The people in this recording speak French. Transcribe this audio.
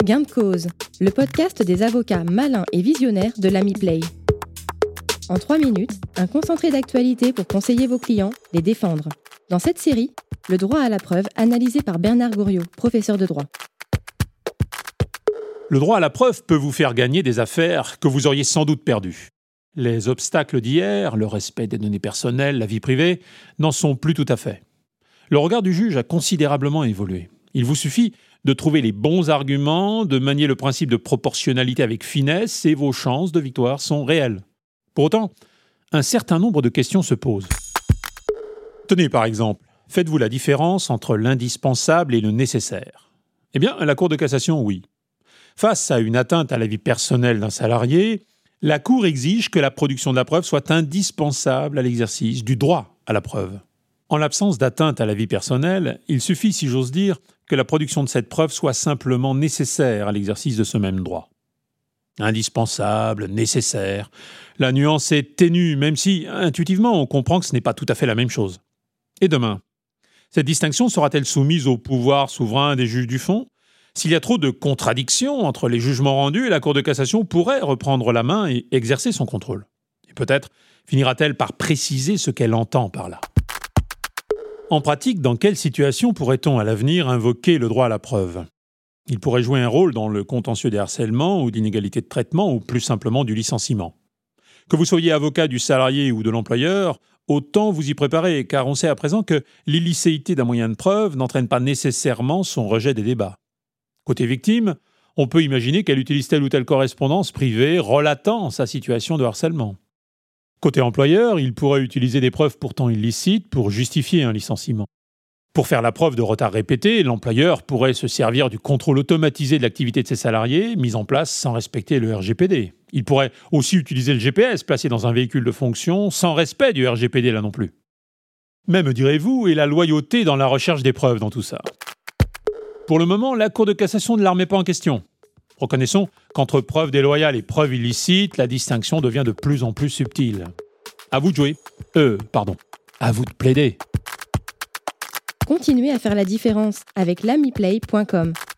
Gain de cause, le podcast des avocats malins et visionnaires de l'Ami Play. En 3 minutes, un concentré d'actualité pour conseiller vos clients, les défendre. Dans cette série, le droit à la preuve analysé par Bernard Goriot, professeur de droit. Le droit à la preuve peut vous faire gagner des affaires que vous auriez sans doute perdues. Les obstacles d'hier, le respect des données personnelles, la vie privée, n'en sont plus tout à fait. Le regard du juge a considérablement évolué. Il vous suffit de trouver les bons arguments, de manier le principe de proportionnalité avec finesse et vos chances de victoire sont réelles. Pour autant, un certain nombre de questions se posent. Tenez par exemple, faites-vous la différence entre l'indispensable et le nécessaire ? Eh bien, la Cour de cassation, oui. Face à une atteinte à la vie personnelle d'un salarié, la Cour exige que la production de la preuve soit indispensable à l'exercice du droit à la preuve. En l'absence d'atteinte à la vie personnelle, il suffit, si j'ose dire, que la production de cette preuve soit simplement nécessaire à l'exercice de ce même droit. Indispensable, nécessaire. La nuance est ténue, même si, intuitivement, on comprend que ce n'est pas tout à fait la même chose. Et demain, cette distinction sera-t-elle soumise au pouvoir souverain des juges du fond ? S'il y a trop de contradictions entre les jugements rendus, la Cour de cassation pourrait reprendre la main et exercer son contrôle. Et peut-être finira-t-elle par préciser ce qu'elle entend par là. En pratique, dans quelle situation pourrait-on à l'avenir invoquer le droit à la preuve ? Il pourrait jouer un rôle dans le contentieux des harcèlements ou d'inégalité de traitement ou plus simplement du licenciement. Que vous soyez avocat du salarié ou de l'employeur, autant vous y préparer, car on sait à présent que l'illicéité d'un moyen de preuve n'entraîne pas nécessairement son rejet des débats. Côté victime, on peut imaginer qu'elle utilise telle ou telle correspondance privée relatant sa situation de harcèlement. Côté employeur, il pourrait utiliser des preuves pourtant illicites pour justifier un licenciement. Pour faire la preuve de retard répété, l'employeur pourrait se servir du contrôle automatisé de l'activité de ses salariés, mis en place sans respecter le RGPD. Il pourrait aussi utiliser le GPS placé dans un véhicule de fonction, sans respect du RGPD là non plus. Même, direz-vous, et la loyauté dans la recherche des preuves dans tout ça. Pour le moment, la Cour de cassation ne la remet pas en question. Reconnaissons qu'entre preuve déloyale et preuve illicite, la distinction devient de plus en plus subtile. À vous de jouer. À vous de plaider. Continuez à faire la différence avec l'amiplay.com.